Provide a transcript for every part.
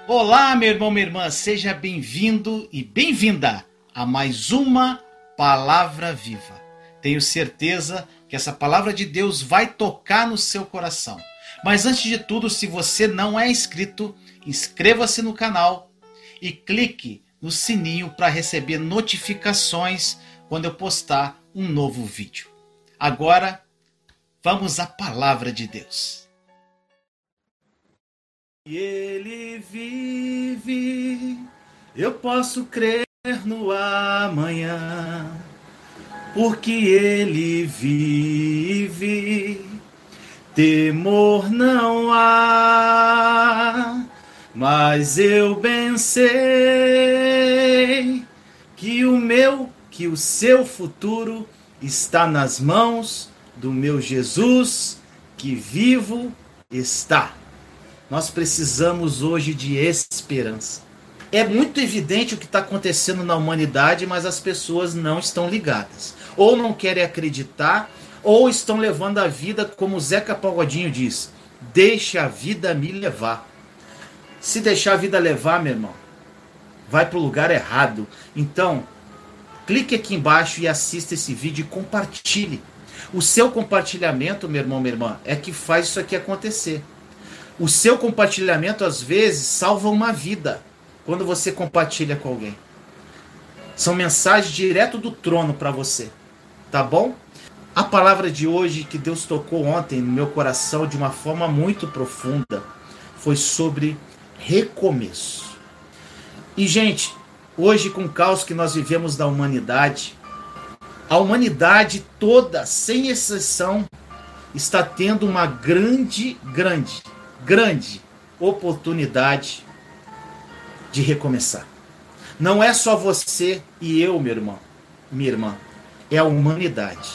Olá, meu irmão, minha irmã, seja bem-vindo e bem-vinda a mais uma Palavra Viva. Tenho certeza que essa palavra de Deus vai tocar no seu coração. Mas antes de tudo, se você não é inscrito, inscreva-se no canal e clique no sininho para receber notificações quando eu postar um novo vídeo. Agora, vamos à palavra de Deus. E Ele vive, eu posso crer no amanhã, porque Ele vive, temor não há, mas eu bem sei que o seu futuro está nas mãos do meu Jesus, que vivo está. Nós precisamos hoje de esperança. É muito evidente o que está acontecendo na humanidade, mas as pessoas não estão ligadas. Ou não querem acreditar, ou estão levando a vida, como o Zeca Pagodinho diz, deixa a vida me levar. Se deixar a vida levar, meu irmão, vai para o lugar errado. Então, clique aqui embaixo e assista esse vídeo e compartilhe. O seu compartilhamento, meu irmão, minha irmã, é que faz isso aqui acontecer. O seu compartilhamento, às vezes, salva uma vida quando você compartilha com alguém. São mensagens direto do trono para você, tá bom? A palavra de hoje que Deus tocou ontem no meu coração de uma forma muito profunda foi sobre recomeço. E, gente, hoje, com o caos que nós vivemos da humanidade, a humanidade toda, sem exceção, está tendo uma grande oportunidade de recomeçar. Não é só você e eu, meu irmão, minha irmã, é a humanidade.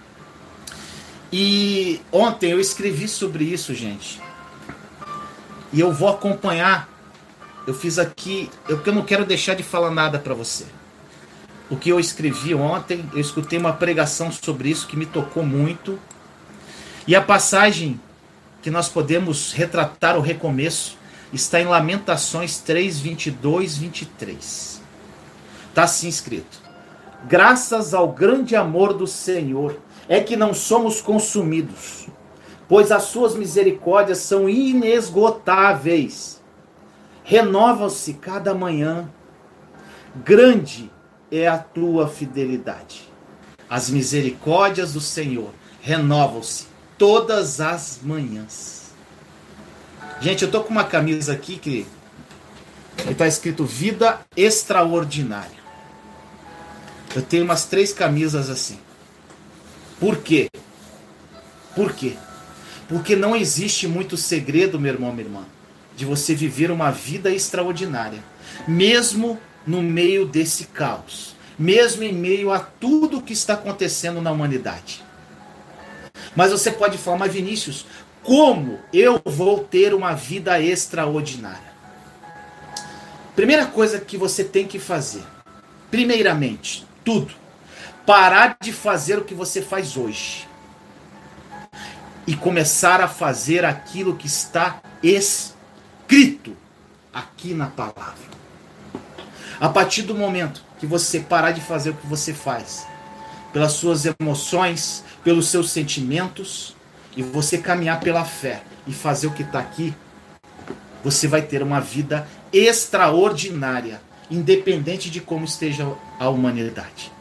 E ontem eu escrevi sobre isso, gente. E eu vou acompanhar. Eu fiz aqui, eu não quero deixar de falar nada para você. O que eu escrevi ontem, eu escutei uma pregação sobre isso que me tocou muito. E a passagem que nós podemos retratar o recomeço está em Lamentações 3, 22, 23. Está assim escrito: graças ao grande amor do Senhor é que não somos consumidos, pois as suas misericórdias são inesgotáveis. Renovam-se cada manhã. Grande é a tua fidelidade. As misericórdias do Senhor renovam-se todas as manhãs. Gente, eu tô com uma camisa aqui que tá escrito Vida Extraordinária. Eu tenho umas 3 camisas assim. Por quê? Por quê? Porque não existe muito segredo, meu irmão, minha irmã, de você viver uma vida extraordinária, mesmo no meio desse caos, mesmo em meio a tudo que está acontecendo na humanidade. Mas você pode falar, mas Vinícius, como eu vou ter uma vida extraordinária? Primeira coisa que você tem que fazer, primeiramente, tudo, parar de fazer o que você faz hoje e começar a fazer aquilo que está escrito aqui na palavra. A partir do momento que você parar de fazer o que você faz, pelas suas emoções, pelos seus sentimentos, e você caminhar pela fé e fazer o que está aqui, você vai ter uma vida extraordinária, independente de como esteja a humanidade.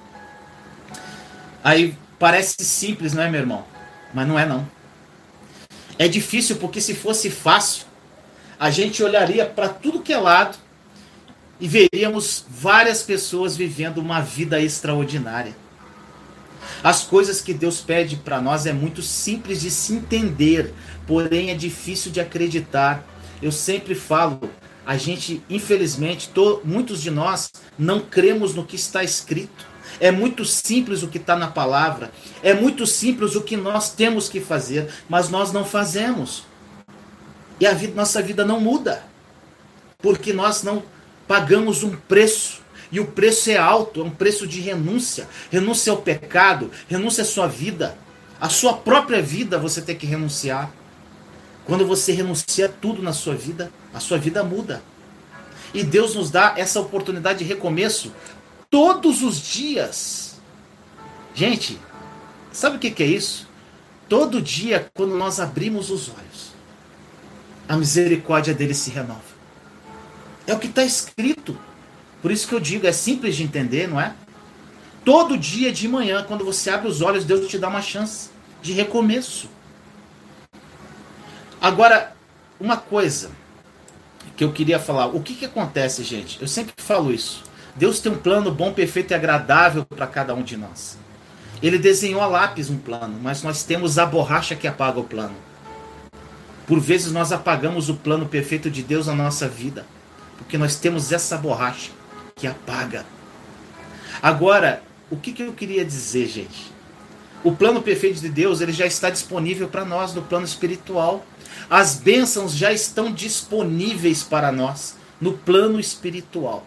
Aí parece simples, não é, meu irmão? Mas não é, não. É difícil porque se fosse fácil, a gente olharia para tudo que é lado e veríamos várias pessoas vivendo uma vida extraordinária. As coisas que Deus pede para nós é muito simples de se entender, porém é difícil de acreditar. Eu sempre falo, a gente, infelizmente, muitos de nós não cremos no que está escrito. É muito simples o que está na palavra, é muito simples o que nós temos que fazer, mas nós não fazemos. E nossa vida não muda, porque nós não pagamos um preço. E o preço é alto, é um preço de renúncia. Renúncia ao pecado, renúncia à sua vida. A sua própria vida você tem que renunciar. Quando você renuncia tudo na sua vida, a sua vida muda. E Deus nos dá essa oportunidade de recomeço todos os dias. Gente, sabe o que é isso? Todo dia, quando nós abrimos os olhos, a misericórdia dele se renova. É o que está escrito. Por isso que eu digo, é simples de entender, não é? Todo dia de manhã, quando você abre os olhos, Deus te dá uma chance de recomeço. Agora, uma coisa que eu queria falar. O que acontece, gente? Eu sempre falo isso. Deus tem um plano bom, perfeito e agradável para cada um de nós. Ele desenhou a lápis um plano, mas nós temos a borracha que apaga o plano. Por vezes nós apagamos o plano perfeito de Deus na nossa vida, porque nós temos essa borracha que apaga. Agora, o que eu queria dizer, gente? O plano perfeito de Deus, ele já está disponível para nós no plano espiritual. As bênçãos já estão disponíveis para nós no plano espiritual.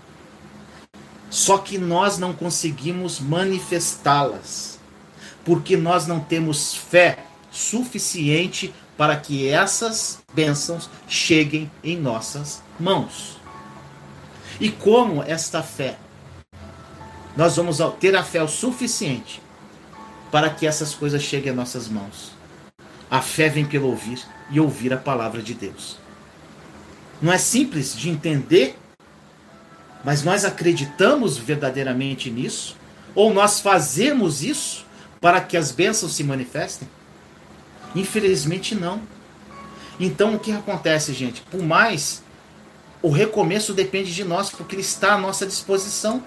Só que nós não conseguimos manifestá-las, porque nós não temos fé suficiente para que essas bênçãos cheguem em nossas mãos. E como esta fé? Nós vamos ter a fé o suficiente para que essas coisas cheguem às nossas mãos. A fé vem pelo ouvir e ouvir a palavra de Deus. Não é simples de entender, mas nós acreditamos verdadeiramente nisso? Ou nós fazemos isso para que as bênçãos se manifestem? Infelizmente não. Então o que acontece, gente? Por mais, o recomeço depende de nós, porque ele está à nossa disposição.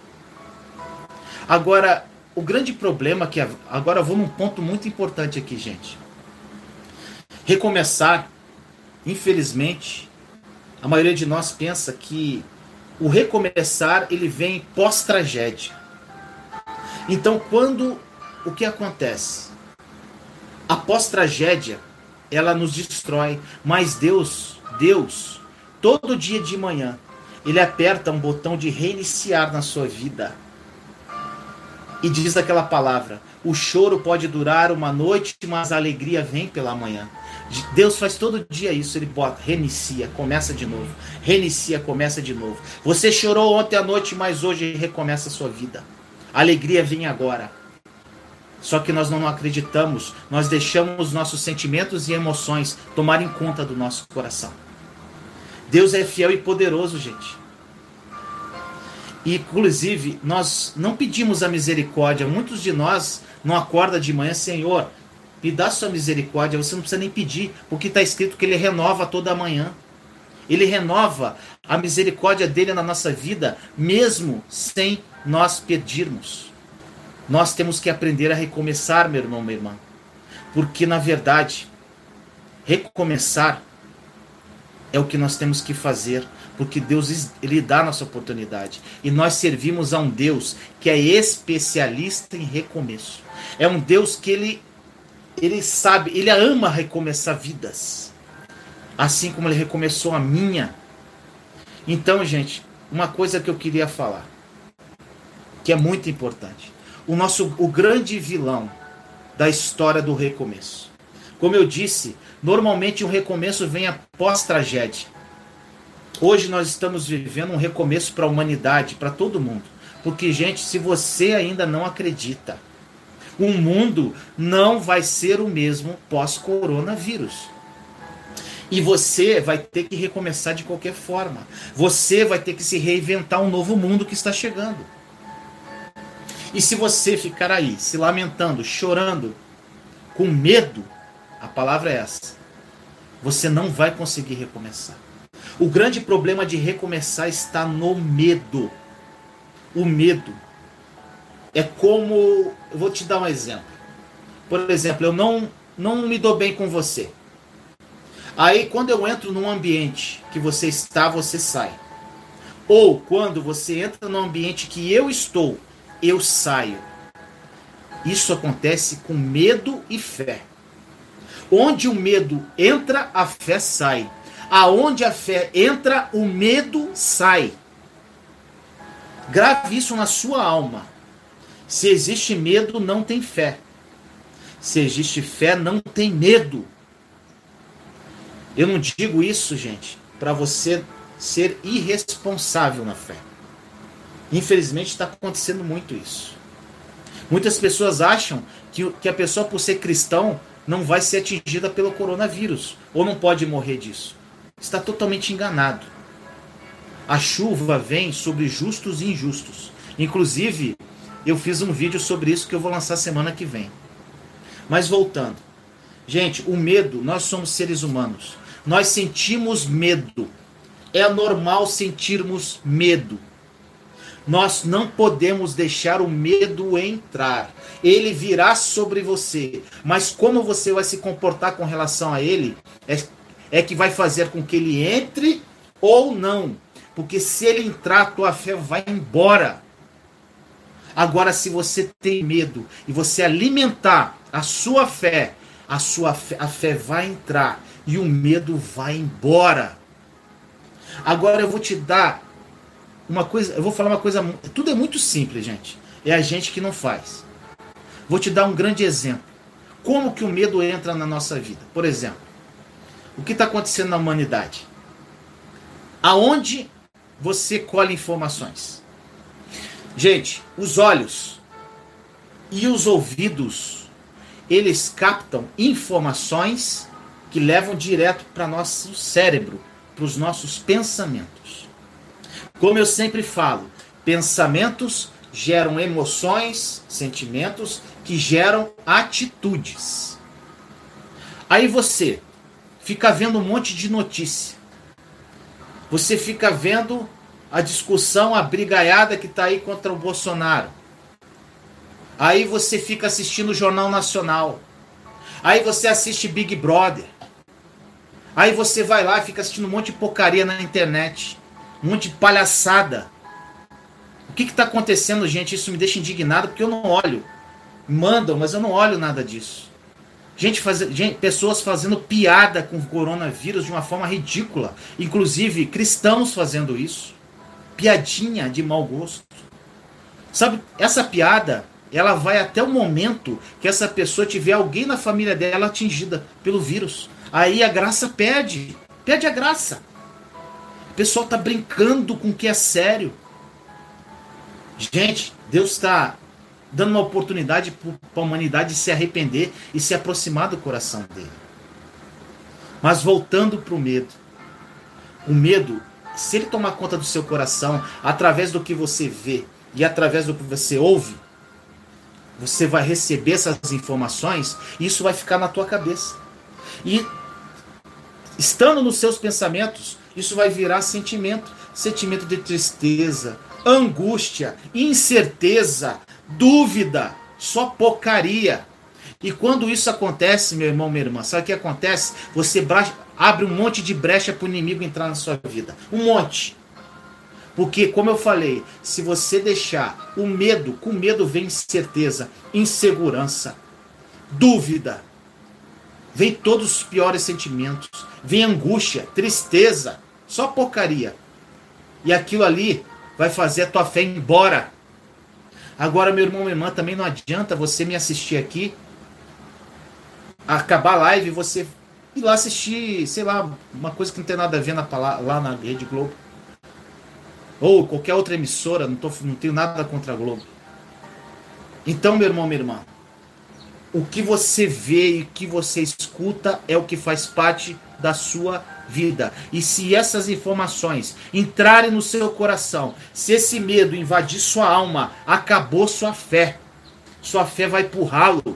Agora, o grande problema que... Agora eu vou num ponto muito importante aqui, gente. Recomeçar, infelizmente, a maioria de nós pensa que o recomeçar, ele vem pós-tragédia. Então, o que acontece? A pós-tragédia, ela nos destrói, mas Deus, todo dia de manhã, ele aperta um botão de reiniciar na sua vida. E diz aquela palavra: o choro pode durar uma noite, mas a alegria vem pela manhã. Deus faz todo dia isso, ele bota, reinicia, começa de novo. Reinicia, começa de novo. Você chorou ontem à noite, mas hoje recomeça a sua vida. A alegria vem agora. Só que nós não acreditamos, nós deixamos nossos sentimentos e emoções tomarem conta do nosso coração. Deus é fiel e poderoso, gente. E, inclusive, nós não pedimos a misericórdia. Muitos de nós não acordam de manhã: Senhor, me dá sua misericórdia. Você não precisa nem pedir, porque está escrito que ele renova toda manhã. Ele renova a misericórdia dele na nossa vida, mesmo sem nós pedirmos. Nós temos que aprender a recomeçar, meu irmão, minha irmã. Porque, na verdade, recomeçar é o que nós temos que fazer. Porque Deus, ele dá a nossa oportunidade. E nós servimos a um Deus que é especialista em recomeço. É um Deus que ele sabe, ele ama recomeçar vidas. Assim como ele recomeçou a minha. Então, gente, uma coisa que eu queria falar, que é muito importante. O grande vilão da história do recomeço. Como eu disse, normalmente um recomeço vem após tragédia. Hoje nós estamos vivendo um recomeço para a humanidade, para todo mundo. Porque, gente, se você ainda não acredita, o mundo não vai ser o mesmo pós-coronavírus. E você vai ter que recomeçar de qualquer forma. Você vai ter que se reinventar um novo mundo que está chegando. E se você ficar aí, se lamentando, chorando, com medo, a palavra é essa: você não vai conseguir recomeçar. O grande problema de recomeçar está no medo. O medo é como... Eu vou te dar um exemplo. Por exemplo, eu não me dou bem com você. Aí, quando eu entro num ambiente que você está, você sai. Ou quando você entra num ambiente que eu estou, eu saio. Isso acontece com medo e fé. Onde o medo entra, a fé sai. Aonde a fé entra, o medo sai. Grave isso na sua alma. Se existe medo, não tem fé. Se existe fé, não tem medo. Eu não digo isso, gente, para você ser irresponsável na fé. Infelizmente está acontecendo muito isso. Muitas pessoas acham que a pessoa, por ser cristão, não vai ser atingida pelo coronavírus, ou não pode morrer disso. Está totalmente enganado. A chuva vem sobre justos e injustos. Inclusive, eu fiz um vídeo sobre isso que eu vou lançar semana que vem. Mas voltando. Gente, o medo, nós somos seres humanos. Nós sentimos medo. É normal sentirmos medo. Nós não podemos deixar o medo entrar. Ele virá sobre você. Mas como você vai se comportar com relação a ele, é que vai fazer com que ele entre ou não. Porque se ele entrar, a tua fé vai embora. Agora, se você tem medo e você alimentar a fé, a fé vai entrar e o medo vai embora. Agora eu vou te dar uma coisa, eu vou falar uma coisa, tudo é muito simples, gente. É a gente que não faz. Vou te dar um grande exemplo. Como que o medo entra na nossa vida? Por exemplo, o que está acontecendo na humanidade? Aonde você colhe informações? Gente, os olhos e os ouvidos, eles captam informações que levam direto para nosso cérebro, para os nossos pensamentos. Como eu sempre falo, pensamentos geram emoções, sentimentos que geram atitudes. Aí você fica vendo um monte de notícia. Você fica vendo a discussão, a brigaiada que está aí contra o Bolsonaro. Aí você fica assistindo o Jornal Nacional. Aí você assiste Big Brother. Aí você vai lá e fica assistindo um monte de porcaria na internet. Um monte de palhaçada. O que está acontecendo, gente? Isso me deixa indignado porque eu não olho. Mandam, mas eu não olho nada disso. Pessoas fazendo piada com o coronavírus de uma forma ridícula. Inclusive, cristãos fazendo isso. Piadinha de mau gosto. Sabe, essa piada, ela vai até o momento que essa pessoa tiver alguém na família dela atingida pelo vírus. Aí a graça perde a graça. O pessoal está brincando com o que é sério. Gente, Deus está dando uma oportunidade para a humanidade de se arrepender e se aproximar do coração dele. Mas voltando para o medo. O medo, se ele tomar conta do seu coração, através do que você vê e através do que você ouve, você vai receber essas informações e isso vai ficar na tua cabeça. E estando nos seus pensamentos, isso vai virar sentimento. Sentimento de tristeza, angústia, incerteza, dúvida, só porcaria. E quando isso acontece, meu irmão, minha irmã, sabe o que acontece? Você abre um monte de brecha para o inimigo entrar na sua vida. Um monte. Porque, como eu falei, se você deixar o medo, com medo vem incerteza, insegurança, dúvida. Vem todos os piores sentimentos. Vem angústia, tristeza, só porcaria. E aquilo ali vai fazer a tua fé ir embora. Agora, meu irmão, minha irmã, também não adianta você me assistir aqui, acabar a live e você ir lá assistir, sei lá, uma coisa que não tem nada a ver lá na Rede Globo. Ou qualquer outra emissora, não tenho nada contra a Globo. Então, meu irmão, minha irmã, o que você vê e o que você escuta é o que faz parte da sua vida. E se essas informações entrarem no seu coração, se esse medo invadir sua alma, acabou sua fé. Sua fé vai pro ralo.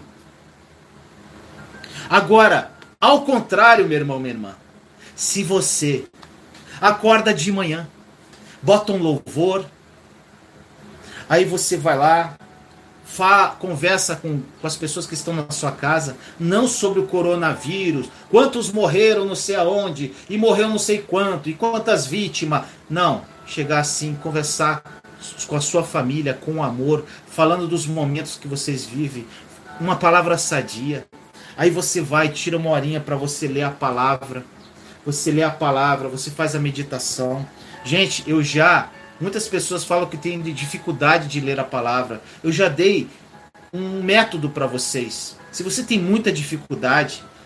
Agora, ao contrário, meu irmão, minha irmã, se você acorda de manhã, bota um louvor, aí você vai lá, conversa com as pessoas que estão na sua casa, não sobre o coronavírus, quantos morreram não sei aonde, e morreu não sei quanto, e quantas vítimas. Não, chegar assim, conversar com a sua família, com amor, falando dos momentos que vocês vivem, uma palavra sadia. Aí você vai, tira uma horinha para você ler a palavra, você faz a meditação. Gente, muitas pessoas falam que têm dificuldade de ler a palavra. Eu já dei um método para vocês. Se você tem muita dificuldade,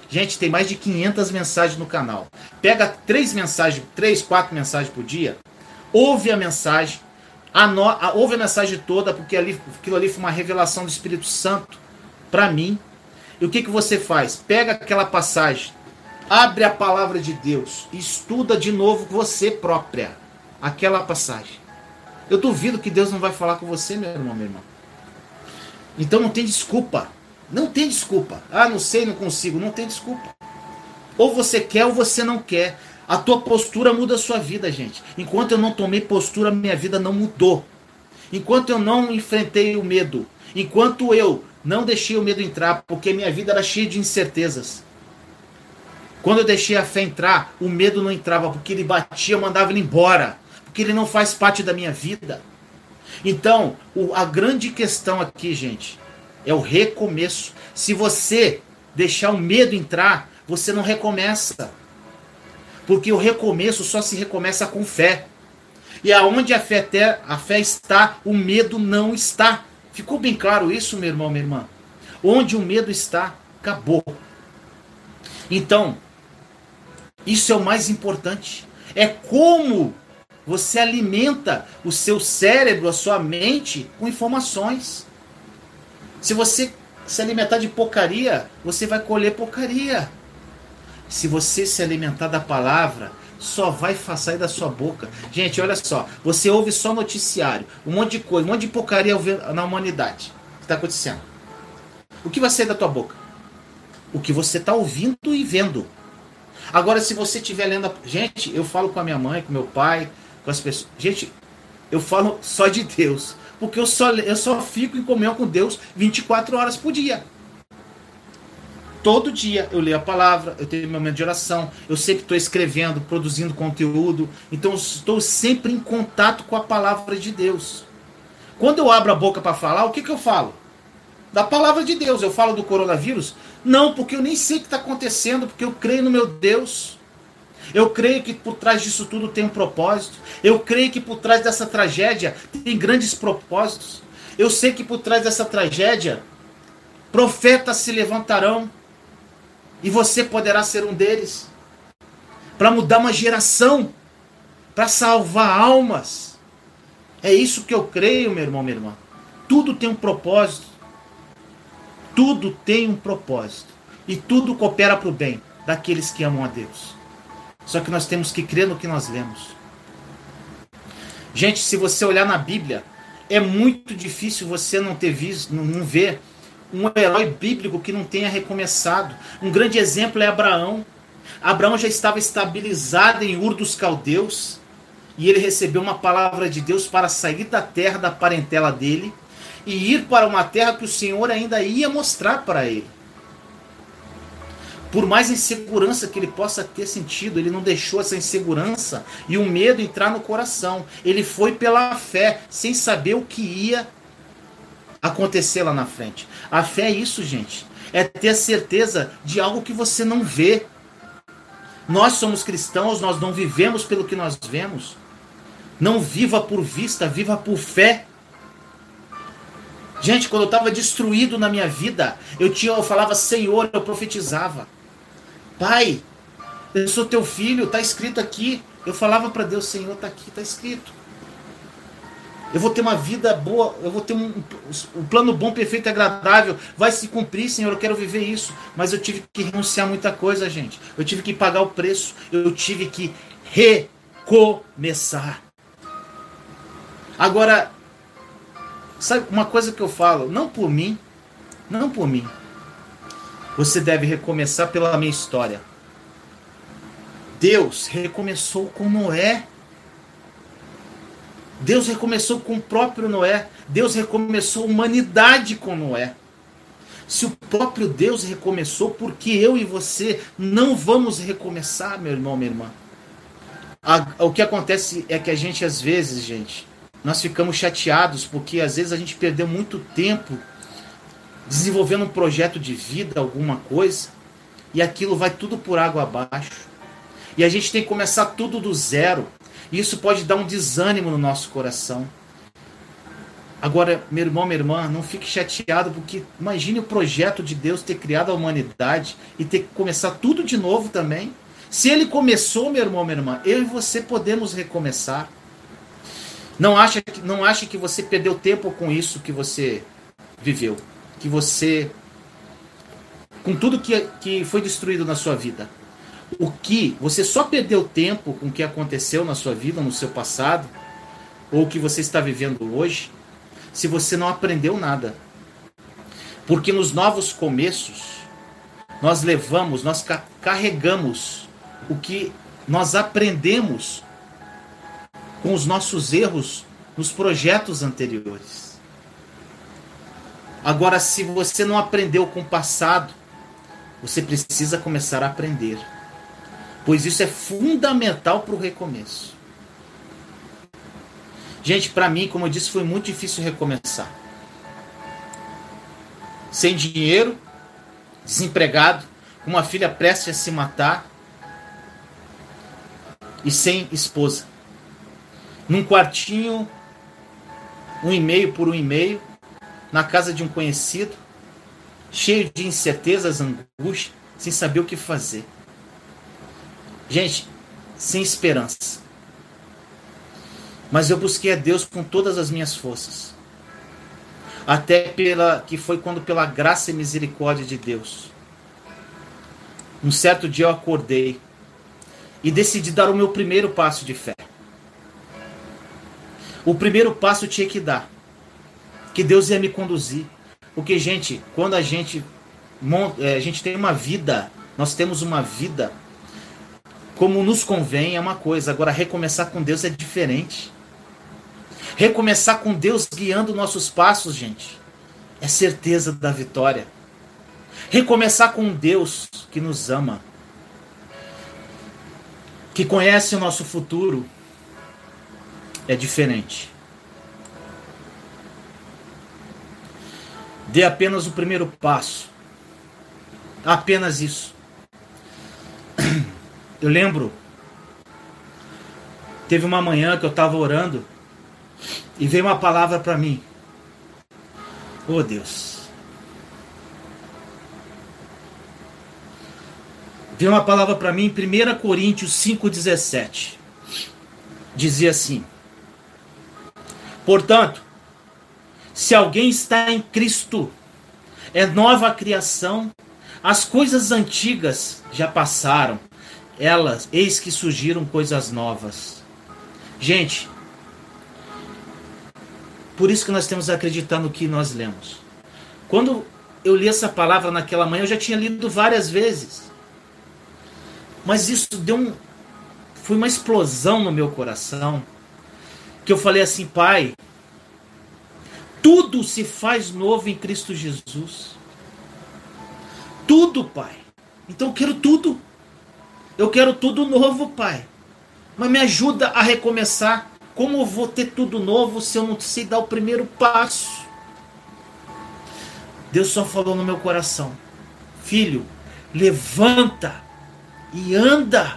Gente, tem mais de 500 mensagens no canal. Pega 3, 4 mensagens por dia, ouve a mensagem, ouve a mensagem toda, porque aquilo ali foi uma revelação do Espírito Santo para mim. E o que você faz? Pega aquela passagem, abre a palavra de Deus, estuda de novo você própria aquela passagem. Eu duvido que Deus não vai falar com você, meu irmão, minha irmã. Então não tem desculpa. Não tem desculpa. Ah, não sei, não consigo. Não tem desculpa. Ou você quer ou você não quer. A tua postura muda a sua vida, gente. Enquanto eu não tomei postura, minha vida não mudou. Enquanto eu não enfrentei o medo. Enquanto eu não deixei o medo entrar, porque minha vida era cheia de incertezas. Quando eu deixei a fé entrar, o medo não entrava, porque ele batia, eu mandava ele embora. Porque ele não faz parte da minha vida. Então, a grande questão aqui, gente, é o recomeço. Se você deixar o medo entrar, você não recomeça. Porque o recomeço só se recomeça com fé. E aonde a fé está, o medo não está. Ficou bem claro isso, meu irmão, minha irmã? Onde o medo está, acabou. Então, isso é o mais importante. É como você alimenta o seu cérebro, a sua mente, com informações. Se você se alimentar de porcaria, você vai colher porcaria. Se você se alimentar da palavra, só vai sair da sua boca. Gente, olha só. Você ouve só noticiário, um monte de coisa, um monte de porcaria na humanidade. O que está acontecendo? O que vai sair da tua boca? O que você está ouvindo e vendo. Agora, se você estiver lendo... Gente, eu falo com a minha mãe, com meu pai, com as pessoas... Gente, eu falo só de Deus. Porque eu só fico em comunhão com Deus 24 horas por dia. Todo dia eu leio a palavra, eu tenho meu momento de oração, eu sempre estou escrevendo, produzindo conteúdo. Então eu estou sempre em contato com a palavra de Deus. Quando eu abro a boca para falar, o que eu falo? Da palavra de Deus. Eu falo do coronavírus? Não, porque eu nem sei o que está acontecendo, porque eu creio no meu Deus. Eu creio que por trás disso tudo tem um propósito. Eu creio que por trás dessa tragédia tem grandes propósitos. Eu sei que por trás dessa tragédia profetas se levantarão e você poderá ser um deles para mudar uma geração, para salvar almas. É isso que eu creio, meu irmão, minha irmã. Tudo tem um propósito. Tudo tem um propósito. E tudo coopera para o bem daqueles que amam a Deus. Só que nós temos que crer no que nós lemos. Gente, se você olhar na Bíblia, é muito difícil você não ter visto, não ver um herói bíblico que não tenha recomeçado. Um grande exemplo é Abraão. Abraão já estava estabilizado em Ur dos Caldeus e ele recebeu uma palavra de Deus para sair da terra da parentela dele e ir para uma terra que o Senhor ainda ia mostrar para ele. Por mais insegurança que ele possa ter sentido, ele não deixou essa insegurança e o medo entrar no coração. Ele foi pela fé, sem saber o que ia acontecer lá na frente. A fé é isso, gente. É ter a certeza de algo que você não vê. Nós somos cristãos, nós não vivemos pelo que nós vemos. Não viva por vista, viva por fé. Gente, quando eu estava destruído na minha vida, eu falava, Senhor, eu profetizava. Pai, eu sou teu filho, está escrito aqui. Eu falava para Deus, Senhor, está aqui, está escrito. Eu vou ter uma vida boa, eu vou ter um plano bom, perfeito e agradável. Vai se cumprir, Senhor, eu quero viver isso. Mas eu tive que renunciar a muita coisa, gente. Eu tive que pagar o preço. Eu tive que recomeçar. Agora, sabe uma coisa que eu falo? Não por mim. Não por mim. Você deve recomeçar pela minha história. Deus recomeçou com Noé. Deus recomeçou com o próprio Noé. Deus recomeçou a humanidade com Noé. Se o próprio Deus recomeçou, por que eu e você não vamos recomeçar, meu irmão, minha irmã? O que acontece é que a gente, às vezes, gente, nós ficamos chateados porque às vezes a gente perdeu muito tempo desenvolvendo um projeto de vida, alguma coisa, e aquilo vai tudo por água abaixo. E a gente tem que começar tudo do zero. E isso pode dar um desânimo no nosso coração. Agora, meu irmão, minha irmã, não fique chateado, porque imagine o projeto de Deus ter criado a humanidade e ter que começar tudo de novo também. Se ele começou, meu irmão, minha irmã, eu e você podemos recomeçar. Não ache que você perdeu tempo com isso que você viveu. Que você... com tudo que foi destruído na sua vida. O que você só perdeu tempo com o que aconteceu na sua vida, no seu passado, ou o que você está vivendo hoje, se você não aprendeu nada. Porque nos novos começos, nós carregamos o que nós aprendemos com os nossos erros nos projetos anteriores. Agora, se você não aprendeu com o passado, você precisa começar a aprender. Pois isso é fundamental para o recomeço. Gente, para mim, como eu disse, foi muito difícil recomeçar. Sem dinheiro, desempregado, com uma filha prestes a se matar e sem esposa. Num quartinho, 1,5 por 1,5, na casa de um conhecido, cheio de incertezas, angústia, sem saber o que fazer. Gente, sem esperança. Mas eu busquei a Deus com todas as minhas forças. Até que foi quando, pela graça e misericórdia de Deus, um certo dia eu acordei e decidi dar o meu primeiro passo de fé. O primeiro passo eu tinha que dar, que Deus ia me conduzir. Porque, gente, quando a gente tem uma vida, nós temos uma vida como nos convém, é uma coisa. Agora, recomeçar com Deus é diferente. Recomeçar com Deus guiando nossos passos, gente, é certeza da vitória. Recomeçar com Deus que nos ama, que conhece o nosso futuro, é diferente. Dê apenas o primeiro passo. Apenas isso. Eu lembro, teve uma manhã que eu estava orando e veio uma palavra para mim. Oh, Deus. Veio uma palavra para mim em 1 Coríntios 5,17. Dizia assim: portanto, se alguém está em Cristo, é nova criação, as coisas antigas já passaram, eis que surgiram coisas novas. Gente, por isso que nós temos que acreditar no que nós lemos. Quando eu li essa palavra naquela manhã, eu já tinha lido várias vezes. Mas isso foi uma explosão no meu coração, que eu falei assim: Pai, tudo se faz novo em Cristo Jesus. Tudo, Pai. Então eu quero tudo. Eu quero tudo novo, Pai. Mas me ajuda a recomeçar. Como eu vou ter tudo novo se eu não sei dar o primeiro passo? Deus só falou no meu coração: filho, levanta e anda.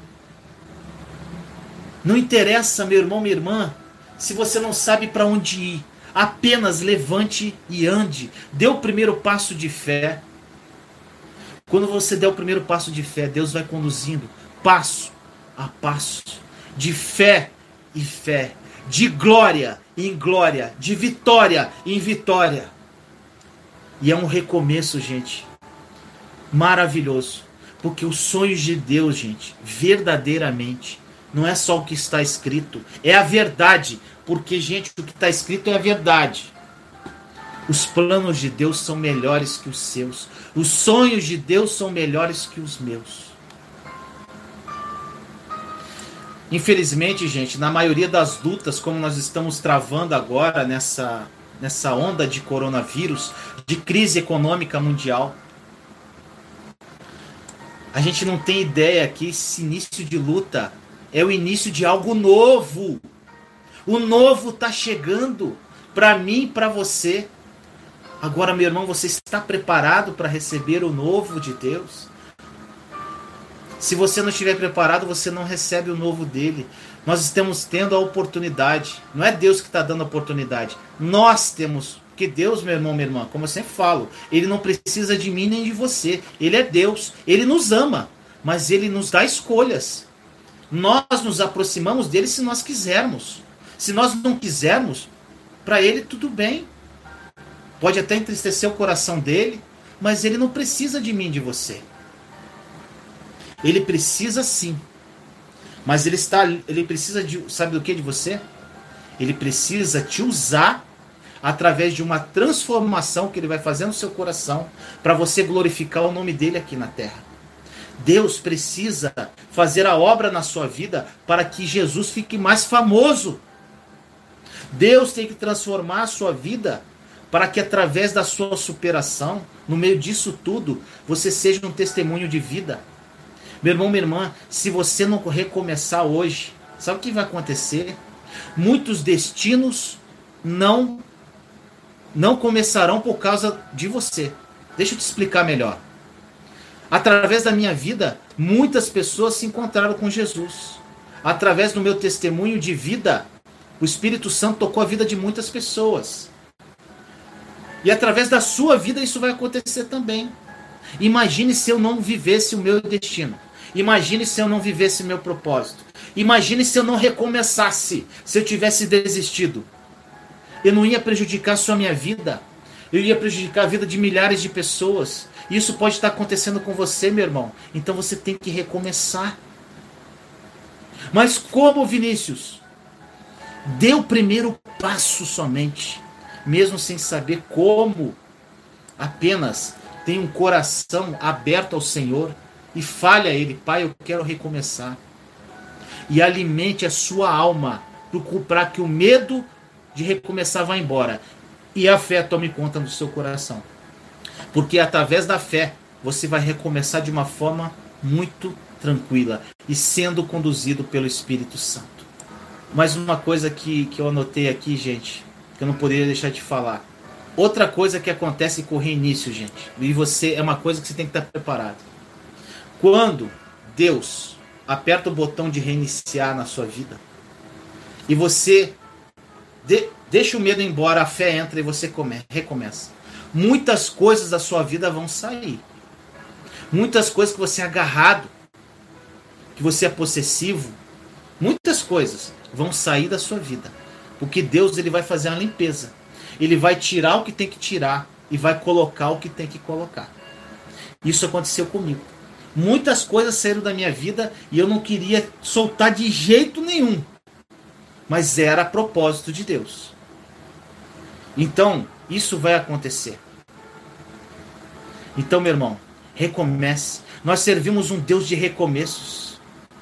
Não interessa, meu irmão, minha irmã, se você não sabe para onde ir. Apenas levante e ande. Dê o primeiro passo de fé. Quando você der o primeiro passo de fé, Deus vai conduzindo passo a passo, de fé em fé, de glória em glória, de vitória em vitória. E é um recomeço, gente, maravilhoso. Porque os sonhos de Deus, gente, verdadeiramente, não é só o que está escrito, é a verdade. Porque, gente, o que está escrito é a verdade. Os planos de Deus são melhores que os seus. Os sonhos de Deus são melhores que os meus. Infelizmente, gente, na maioria das lutas, como nós estamos travando agora nessa onda de coronavírus, de crise econômica mundial, a gente não tem ideia que esse início de luta é o início de algo novo. O novo está chegando para mim e para você. Agora, meu irmão, você está preparado para receber o novo de Deus? Se você não estiver preparado, você não recebe o novo dele. Nós estamos tendo a oportunidade. Não é Deus que está dando a oportunidade. Nós temos. Porque Deus, meu irmão, minha irmã, como eu sempre falo, Ele não precisa de mim nem de você. Ele é Deus. Ele nos ama. Mas Ele nos dá escolhas. Nós nos aproximamos dele se nós quisermos. Se nós não quisermos, para Ele tudo bem. Pode até entristecer o coração dele, mas Ele não precisa de mim, de você. Ele precisa sim. Mas ele precisa de, sabe do que de você? Ele precisa te usar através de uma transformação que ele vai fazer no seu coração para você glorificar o nome dele aqui na terra. Deus precisa fazer a obra na sua vida para que Jesus fique mais famoso. Deus tem que transformar a sua vida para que através da sua superação, no meio disso tudo, você seja um testemunho de vida. Meu irmão, minha irmã, se você não recomeçar hoje, sabe o que vai acontecer? Muitos destinos não começarão por causa de você. Deixa eu te explicar melhor. Através da minha vida, muitas pessoas se encontraram com Jesus. Através do meu testemunho de vida, o Espírito Santo tocou a vida de muitas pessoas. E através da sua vida isso vai acontecer também. Imagine se eu não vivesse o meu destino. Imagine se eu não vivesse o meu propósito. Imagine se eu não recomeçasse, se eu tivesse desistido. Eu não ia prejudicar só a minha vida. Eu ia prejudicar a vida de milhares de pessoas. Isso pode estar acontecendo com você, meu irmão. Então você tem que recomeçar. Mas como, Vinícius? Dê o primeiro passo somente. Mesmo sem saber como. Apenas tenha um coração aberto ao Senhor e fale a Ele: Pai, eu quero recomeçar. E alimente a sua alma para que o medo de recomeçar vá embora. E a fé tome conta do seu coração. Porque através da fé você vai recomeçar de uma forma muito tranquila e sendo conduzido pelo Espírito Santo. Mais uma coisa que eu anotei aqui, gente, que eu não poderia deixar de falar. Outra coisa que acontece com o reinício, gente, e você é uma coisa que você tem que estar preparado. Quando Deus aperta o botão de reiniciar na sua vida e você deixa o medo embora, a fé entra e você recomeça. Muitas coisas da sua vida vão sair. Muitas coisas que você é agarrado, que você é possessivo, muitas coisas vão sair da sua vida. Porque Deus, ele vai fazer uma limpeza. Ele vai tirar o que tem que tirar e vai colocar o que tem que colocar. Isso aconteceu comigo. Muitas coisas saíram da minha vida e eu não queria soltar de jeito nenhum. Mas era propósito de Deus. Então, isso vai acontecer. Então, meu irmão, recomece. Nós servimos um Deus de recomeços.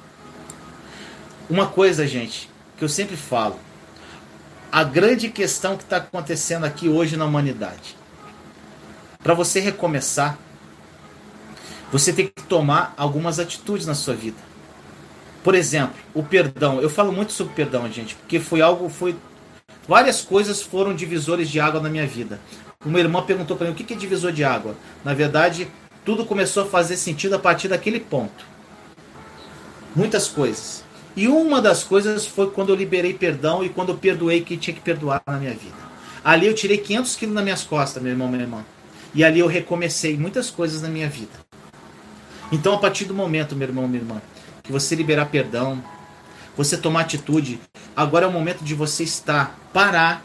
Uma coisa, gente, que eu sempre falo. A grande questão que está acontecendo aqui hoje na humanidade. Para você recomeçar, você tem que tomar algumas atitudes na sua vida. Por exemplo, o perdão. Eu falo muito sobre perdão, gente, porque várias coisas foram divisores de água na minha vida. Uma irmã perguntou para mim: o que é divisor de água? Na verdade, tudo começou a fazer sentido a partir daquele ponto. Muitas coisas. E uma das coisas foi quando eu liberei perdão e quando eu perdoei quem tinha que perdoar na minha vida. Ali eu tirei 500 quilos nas minhas costas, meu irmão, minha irmã. E ali eu recomecei muitas coisas na minha vida. Então, a partir do momento, meu irmão, minha irmã, que você liberar perdão, você tomar atitude, agora é o momento de você parar.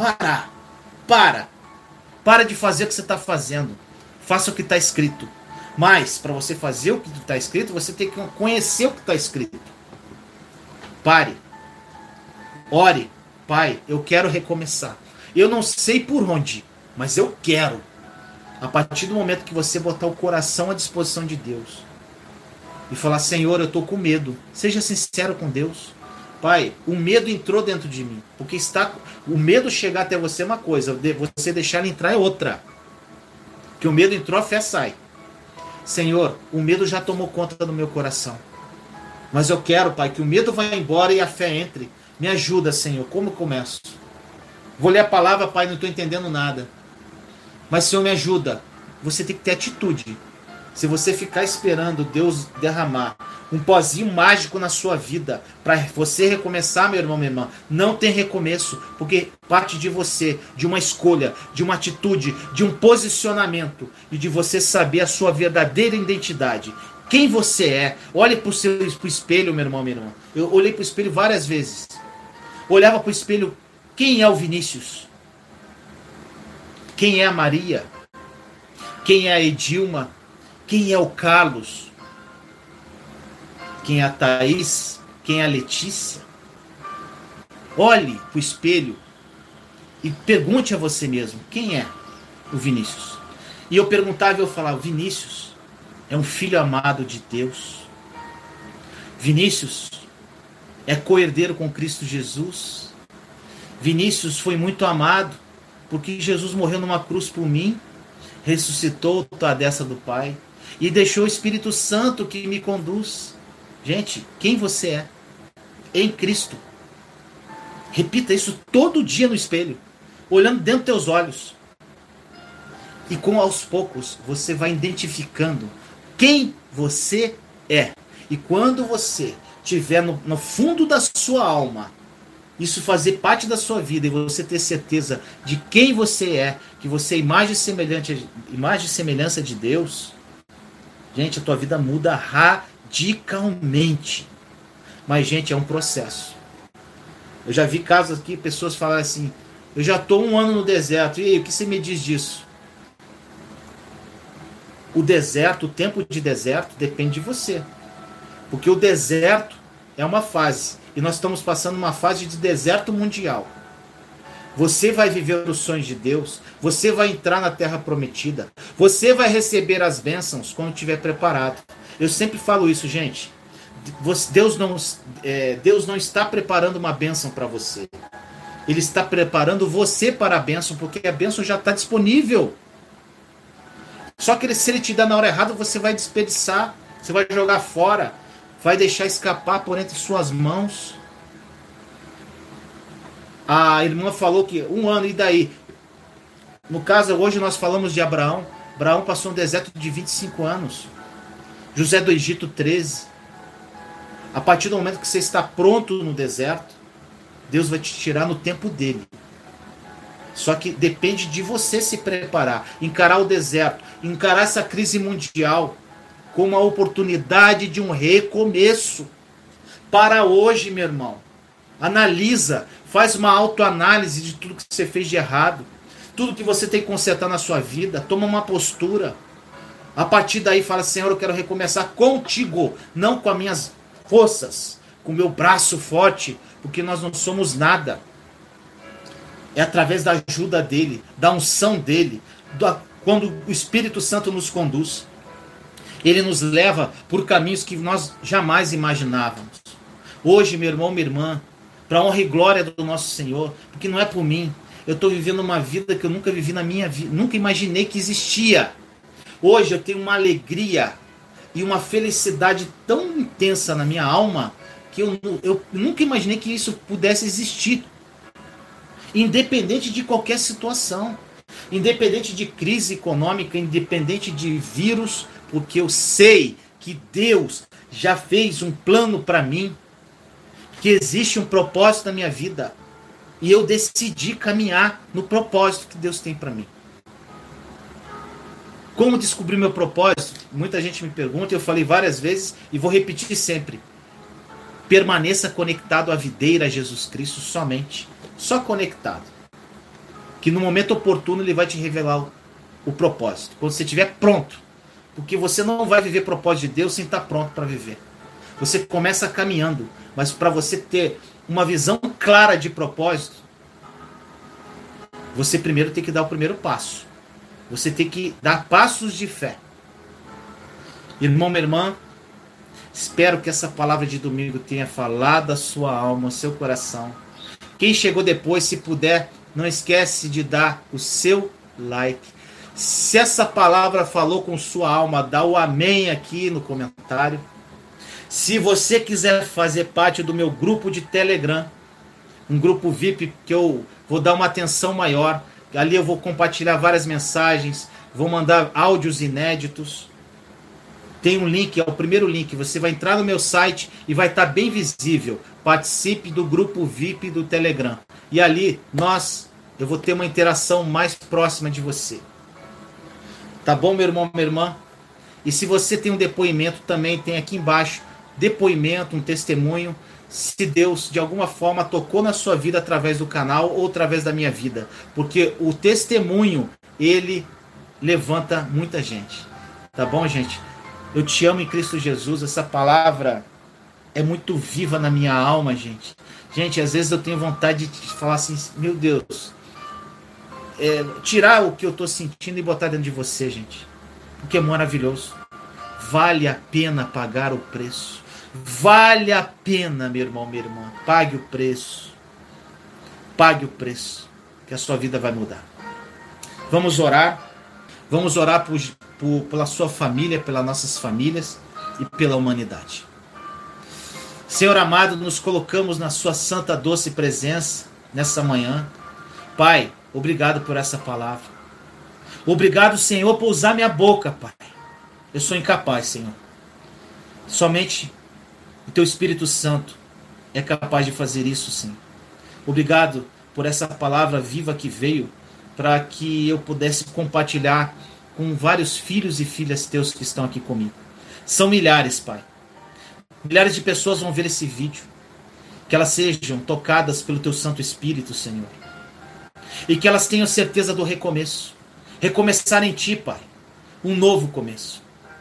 Para de fazer o que você está fazendo. Faça o que está escrito. Mas, para você fazer o que está escrito, você tem que conhecer o que está escrito. Pare. Ore. Pai, eu quero recomeçar. Eu não sei por onde, mas eu quero. A partir do momento que você botar o coração à disposição de Deus e falar: Senhor, eu estou com medo. Seja sincero com Deus. Pai, o medo entrou dentro de mim. Porque o medo chegar até você é uma coisa, você deixar ele entrar é outra. Que o medo entrou, a fé sai. Senhor, o medo já tomou conta do meu coração. Mas eu quero, Pai, que o medo vá embora e a fé entre. Me ajuda, Senhor. Como eu começo? Vou ler a palavra, Pai, não estou entendendo nada. Mas, Senhor, me ajuda. Você tem que ter atitude. Se você ficar esperando Deus derramar um pozinho mágico na sua vida para você recomeçar, meu irmão, minha irmã, não tem recomeço, porque parte de você, de uma escolha, de uma atitude, de um posicionamento e de você saber a sua verdadeira identidade. Quem você é. Olhe para o espelho, meu irmão, minha irmã. Eu olhei para o espelho várias vezes. Olhava para o espelho, quem é o Vinícius? Quem é a Maria? Quem é a Edilma? Quem é o Carlos? Quem é a Thaís? Quem é a Letícia? Olhe para o espelho e pergunte a você mesmo, quem é o Vinícius? E eu perguntava e eu falava, Vinícius é um filho amado de Deus. Vinícius é co-herdeiro com Cristo Jesus. Vinícius foi muito amado porque Jesus morreu numa cruz por mim, ressuscitou à destra do Pai e deixou o Espírito Santo que me conduz. Gente, quem você é em Cristo? Repita isso todo dia no espelho, olhando dentro dos teus olhos. E com aos poucos você vai identificando quem você é. E quando você estiver no fundo da sua alma, isso fazer parte da sua vida e você ter certeza de quem você é, que você é imagem e semelhança de Deus, gente, a tua vida muda radicalmente. Mas, gente, é um processo. Eu já vi casos aqui, pessoas falarem assim, eu já estou 1 ano no deserto, e aí, o que você me diz disso? O deserto, o tempo de deserto depende de você. Porque o deserto é uma fase. E nós estamos passando uma fase de deserto mundial. Você vai viver os sonhos de Deus. Você vai entrar na terra prometida. Você vai receber as bênçãos quando estiver preparado. Eu sempre falo isso, gente. Deus não está preparando uma bênção para você. Ele está preparando você para a bênção, porque a bênção já está disponível. Só que se ele te dá na hora errada, você vai desperdiçar. Você vai jogar fora. Vai deixar escapar por entre suas mãos. A irmã falou que 1 ano, e daí? No caso, hoje nós falamos de Abraão. Abraão passou um deserto de 25 anos. José do Egito, 13. A partir do momento que você está pronto no deserto, Deus vai te tirar no tempo dele. Só que depende de você se preparar. Encarar o deserto. Encarar essa crise mundial como a oportunidade de um recomeço. Para hoje, meu irmão. Analisa, faz uma autoanálise de tudo que você fez de errado. Tudo que você tem que consertar na sua vida. Toma uma postura. A partir daí fala, Senhor, eu quero recomeçar contigo. Não com as minhas forças, com o meu braço forte. Porque nós não somos nada. É através da ajuda dele, da unção dele. Quando o Espírito Santo nos conduz. Ele nos leva por caminhos que nós jamais imaginávamos. Hoje, meu irmão, minha irmã, para a honra e glória do nosso Senhor, porque não é por mim. Eu estou vivendo uma vida que eu nunca vivi na minha vida, nunca imaginei que existia. Hoje eu tenho uma alegria e uma felicidade tão intensa na minha alma que eu nunca imaginei que isso pudesse existir. Independente de qualquer situação, independente de crise econômica, independente de vírus, porque eu sei que Deus já fez um plano para mim, que existe um propósito na minha vida, e eu decidi caminhar no propósito que Deus tem para mim. Como descobrir meu propósito? Muita gente me pergunta, eu falei várias vezes e vou repetir sempre. Permaneça conectado à videira Jesus Cristo somente. Só conectado. Que no momento oportuno ele vai te revelar o propósito. Quando você estiver pronto. Porque você não vai viver propósito de Deus sem estar pronto para viver. Você começa caminhando. Mas para você ter uma visão clara de propósito, você primeiro tem que dar o primeiro passo. Você tem que dar passos de fé. Irmão, minha irmã, espero que essa palavra de domingo tenha falado a sua alma, ao seu coração. Quem chegou depois, se puder, não esquece de dar o seu like. Se essa palavra falou com sua alma, dá o amém aqui no comentário. Se você quiser fazer parte do meu grupo de Telegram, um grupo VIP que eu vou dar uma atenção maior, ali eu vou compartilhar várias mensagens, vou mandar áudios inéditos. Tem um link, é o primeiro link. Você vai entrar no meu site e vai estar bem visível. Participe do grupo VIP do Telegram. E ali eu vou ter uma interação mais próxima de você. Tá bom, meu irmão, minha irmã? E se você tem um depoimento, também tem aqui embaixo depoimento, um testemunho. Se Deus de alguma forma tocou na sua vida através do canal ou através da minha vida. Porque o testemunho, ele levanta muita gente. Tá bom, gente? Eu te amo em Cristo Jesus. Essa palavra é muito viva na minha alma, gente. Gente, às vezes eu tenho vontade de falar assim, meu Deus, tirar o que eu estou sentindo e botar dentro de você, gente. Porque é maravilhoso. Vale a pena pagar o preço. Vale a pena, meu irmão, minha irmã. Pague o preço. Pague o preço. Que a sua vida vai mudar. Vamos orar. Vamos orar pela sua família, pelas nossas famílias e pela humanidade. Senhor amado, nos colocamos na sua santa, doce presença nessa manhã. Pai, obrigado por essa palavra. Obrigado, Senhor, por usar minha boca, Pai. Eu sou incapaz, Senhor. Somente o Teu Espírito Santo é capaz de fazer isso, Senhor. Obrigado por essa palavra viva que veio para que eu pudesse compartilhar com vários filhos e filhas Teus que estão aqui comigo. São milhares, Pai. Milhares de pessoas vão ver esse vídeo. Que elas sejam tocadas pelo Teu Santo Espírito, Senhor. E que elas tenham certeza do recomeço. Recomeçar em Ti, Pai. Um novo começo.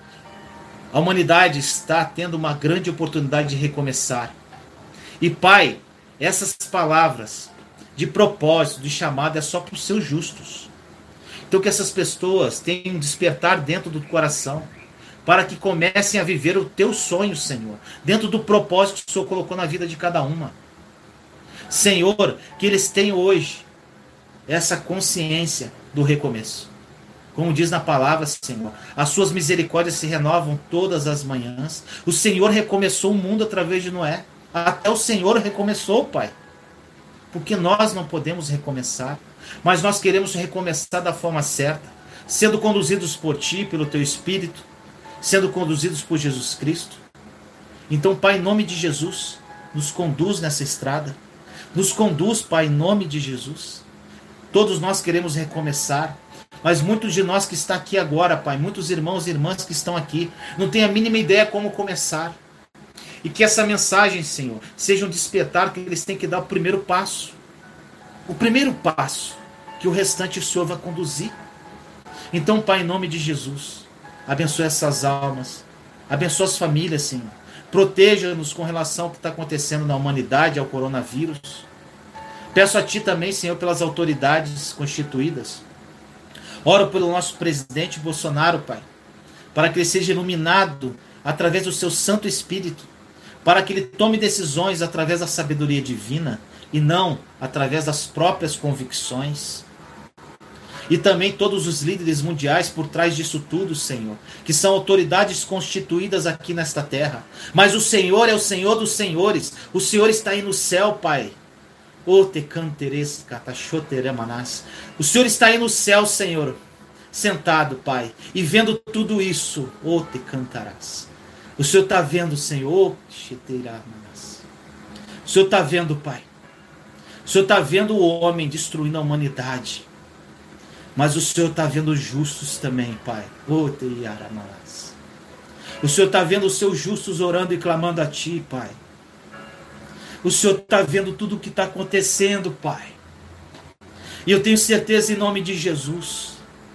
A humanidade está tendo uma grande oportunidade de recomeçar. E, Pai, essas palavras de propósito, de chamado, é só para os seus justos. Então que essas pessoas tenham um despertar dentro do coração, para que comecem a viver o Teu sonho, Senhor, dentro do propósito que o Senhor colocou na vida de cada uma. Senhor, que eles tenham hoje essa consciência do recomeço. Como diz na palavra, Senhor, as suas misericórdias se renovam todas as manhãs. O Senhor recomeçou o mundo através de Noé. Até o Senhor recomeçou, Pai. Porque nós não podemos recomeçar, mas nós queremos recomeçar da forma certa, sendo conduzidos por Ti, pelo Teu Espírito, sendo conduzidos por Jesus Cristo. Então, Pai, em nome de Jesus, nos conduz nessa estrada. Nos conduz, Pai, em nome de Jesus. Todos nós queremos recomeçar, mas muitos de nós que estão aqui agora, Pai, muitos irmãos e irmãs que estão aqui, não têm a mínima ideia como começar. E que essa mensagem, Senhor, seja um despertar que eles têm que dar o primeiro passo. O primeiro passo, que o restante o Senhor vai conduzir. Então, Pai, em nome de Jesus, abençoe essas almas, abençoe as famílias, Senhor. Proteja-nos com relação ao que está acontecendo na humanidade, ao coronavírus. Peço a Ti também, Senhor, pelas autoridades constituídas. Oro pelo nosso presidente Bolsonaro, Pai, para que ele seja iluminado através do Seu Santo Espírito, para que ele tome decisões através da sabedoria divina e não através das próprias convicções. E também todos os líderes mundiais por trás disso tudo, Senhor, que são autoridades constituídas aqui nesta terra. Mas o Senhor é o Senhor dos senhores. O Senhor está aí no céu, Pai. O Senhor está aí no céu, Senhor, sentado, Pai, e vendo tudo isso. Te cantarás. O Senhor está vendo, Senhor. O Senhor está vendo, Pai. O Senhor está vendo o homem destruindo a humanidade. Mas o Senhor está vendo os justos também, Pai. O Senhor está vendo os seus justos orando e clamando a Ti, Pai. O Senhor está vendo tudo o que está acontecendo, Pai. E eu tenho certeza em nome de Jesus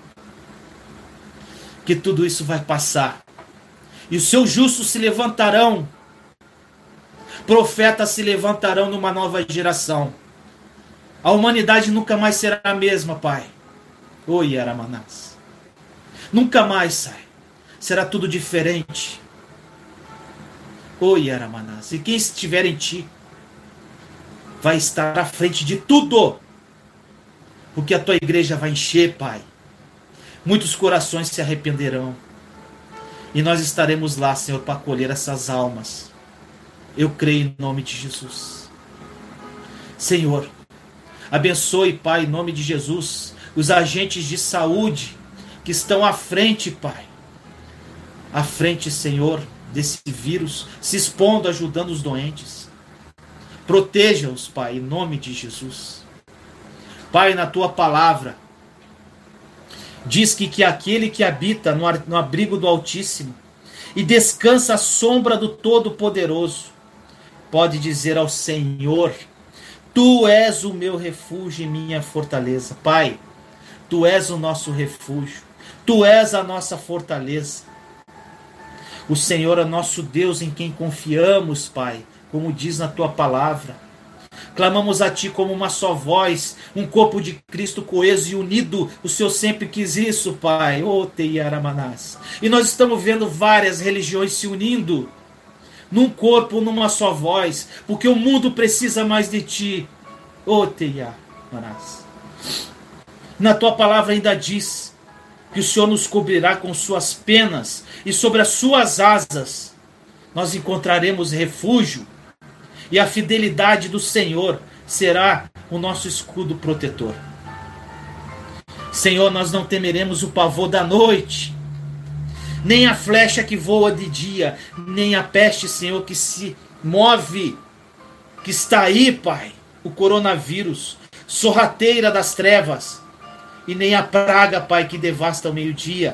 que tudo isso vai passar. E os seus justos se levantarão. Profetas se levantarão numa nova geração. A humanidade nunca mais será a mesma, Pai. Yaramanás. Nunca mais, sai. Será tudo diferente. Yaramanás. E quem estiver em Ti vai estar à frente de tudo. Porque a Tua igreja vai encher, Pai. Muitos corações se arrependerão. E nós estaremos lá, Senhor, para acolher essas almas. Eu creio em nome de Jesus. Senhor, abençoe, Pai, em nome de Jesus, os agentes de saúde que estão à frente, Pai. à frente, Senhor, desse vírus, se expondo, ajudando os doentes. Proteja-os, Pai, em nome de Jesus. Pai, na tua palavra, diz que aquele que habita no abrigo do Altíssimo e descansa à sombra do Todo-Poderoso, pode dizer ao Senhor: Tu és o meu refúgio e minha fortaleza. Pai, Tu és o nosso refúgio, Tu és a nossa fortaleza. O Senhor é nosso Deus em quem confiamos, Pai, como diz na Tua palavra. Clamamos a Ti como uma só voz, um corpo de Cristo coeso e unido. O Senhor sempre quis isso, Pai. Oh, Teiaramanás. E nós estamos vendo várias religiões se unindo num corpo, numa só voz, porque o mundo precisa mais de Ti. Oh, Teiaramanás. Na Tua palavra ainda diz que o Senhor nos cobrirá com Suas penas e sobre as Suas asas nós encontraremos refúgio. E a fidelidade do Senhor será o nosso escudo protetor. Senhor, nós não temeremos o pavor da noite, nem a flecha que voa de dia, nem a peste, Senhor, que se move, que está aí, Pai, o coronavírus, sorrateira das trevas, e nem a praga, Pai, que devasta ao meio-dia.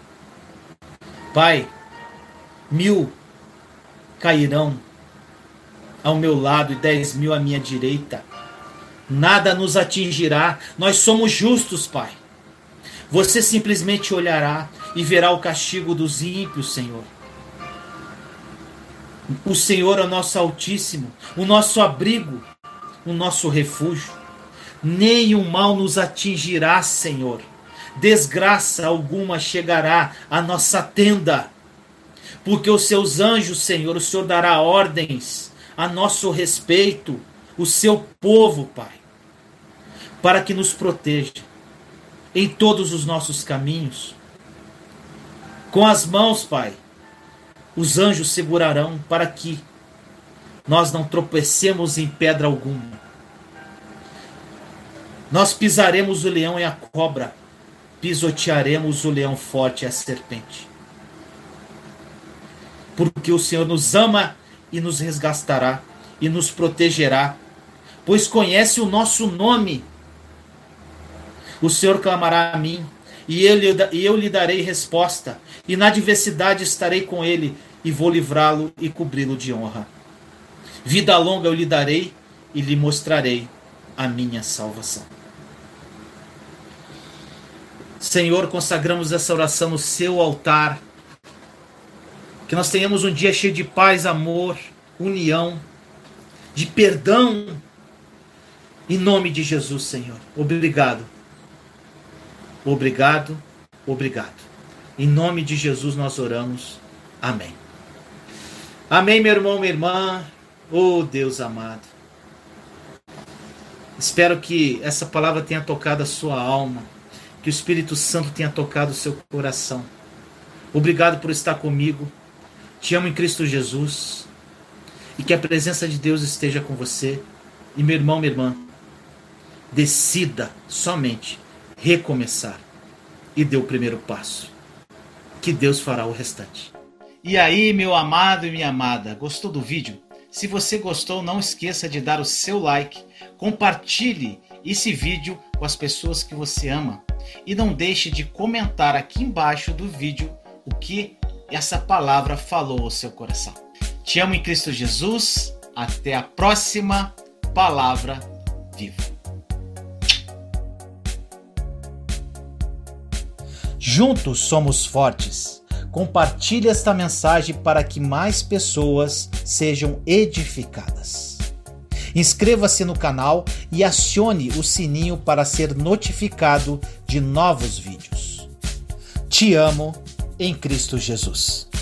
Pai, 1000 cairão ao meu lado e 10.000 à minha direita. Nada nos atingirá. Nós somos justos, Pai. Você simplesmente olhará e verá o castigo dos ímpios, Senhor. O Senhor é o nosso Altíssimo, o nosso abrigo, o nosso refúgio. Nenhum mal nos atingirá, Senhor. Desgraça alguma chegará à nossa tenda. Porque os seus anjos, Senhor, o Senhor dará ordens a nosso respeito, o seu povo, Pai, para que nos proteja em todos os nossos caminhos. Com as mãos, Pai, os anjos segurarão para que nós não tropecemos em pedra alguma. Nós pisaremos o leão e a cobra, pisotearemos o leão forte e a serpente. Porque o Senhor nos ama e nos resgatará e nos protegerá, pois conhece o nosso nome. O Senhor clamará a mim, e eu lhe darei resposta, e na adversidade estarei com ele, e vou livrá-lo e cobri-lo de honra. Vida longa eu lhe darei, e lhe mostrarei a minha salvação. Senhor, consagramos essa oração no seu altar, que nós tenhamos um dia cheio de paz, amor, união, de perdão, em nome de Jesus, Senhor. Obrigado. Obrigado, obrigado. Em nome de Jesus nós oramos. Amém. Amém, meu irmão, minha irmã. Oh, Deus amado. Espero que essa palavra tenha tocado a sua alma, que o Espírito Santo tenha tocado o seu coração. Obrigado por estar comigo. Te amo em Cristo Jesus. E que a presença de Deus esteja com você. E meu irmão, minha irmã, decida somente recomeçar. E dê o primeiro passo. Que Deus fará o restante. E aí, meu amado e minha amada, gostou do vídeo? Se você gostou, não esqueça de dar o seu like. Compartilhe esse vídeo com as pessoas que você ama. E não deixe de comentar aqui embaixo do vídeo o que essa palavra falou ao seu coração. Te amo em Cristo Jesus. Até a próxima Palavra Viva. Juntos somos fortes. Compartilhe esta mensagem para que mais pessoas sejam edificadas. Inscreva-se no canal e acione o sininho para ser notificado de novos vídeos. Te amo em Cristo Jesus.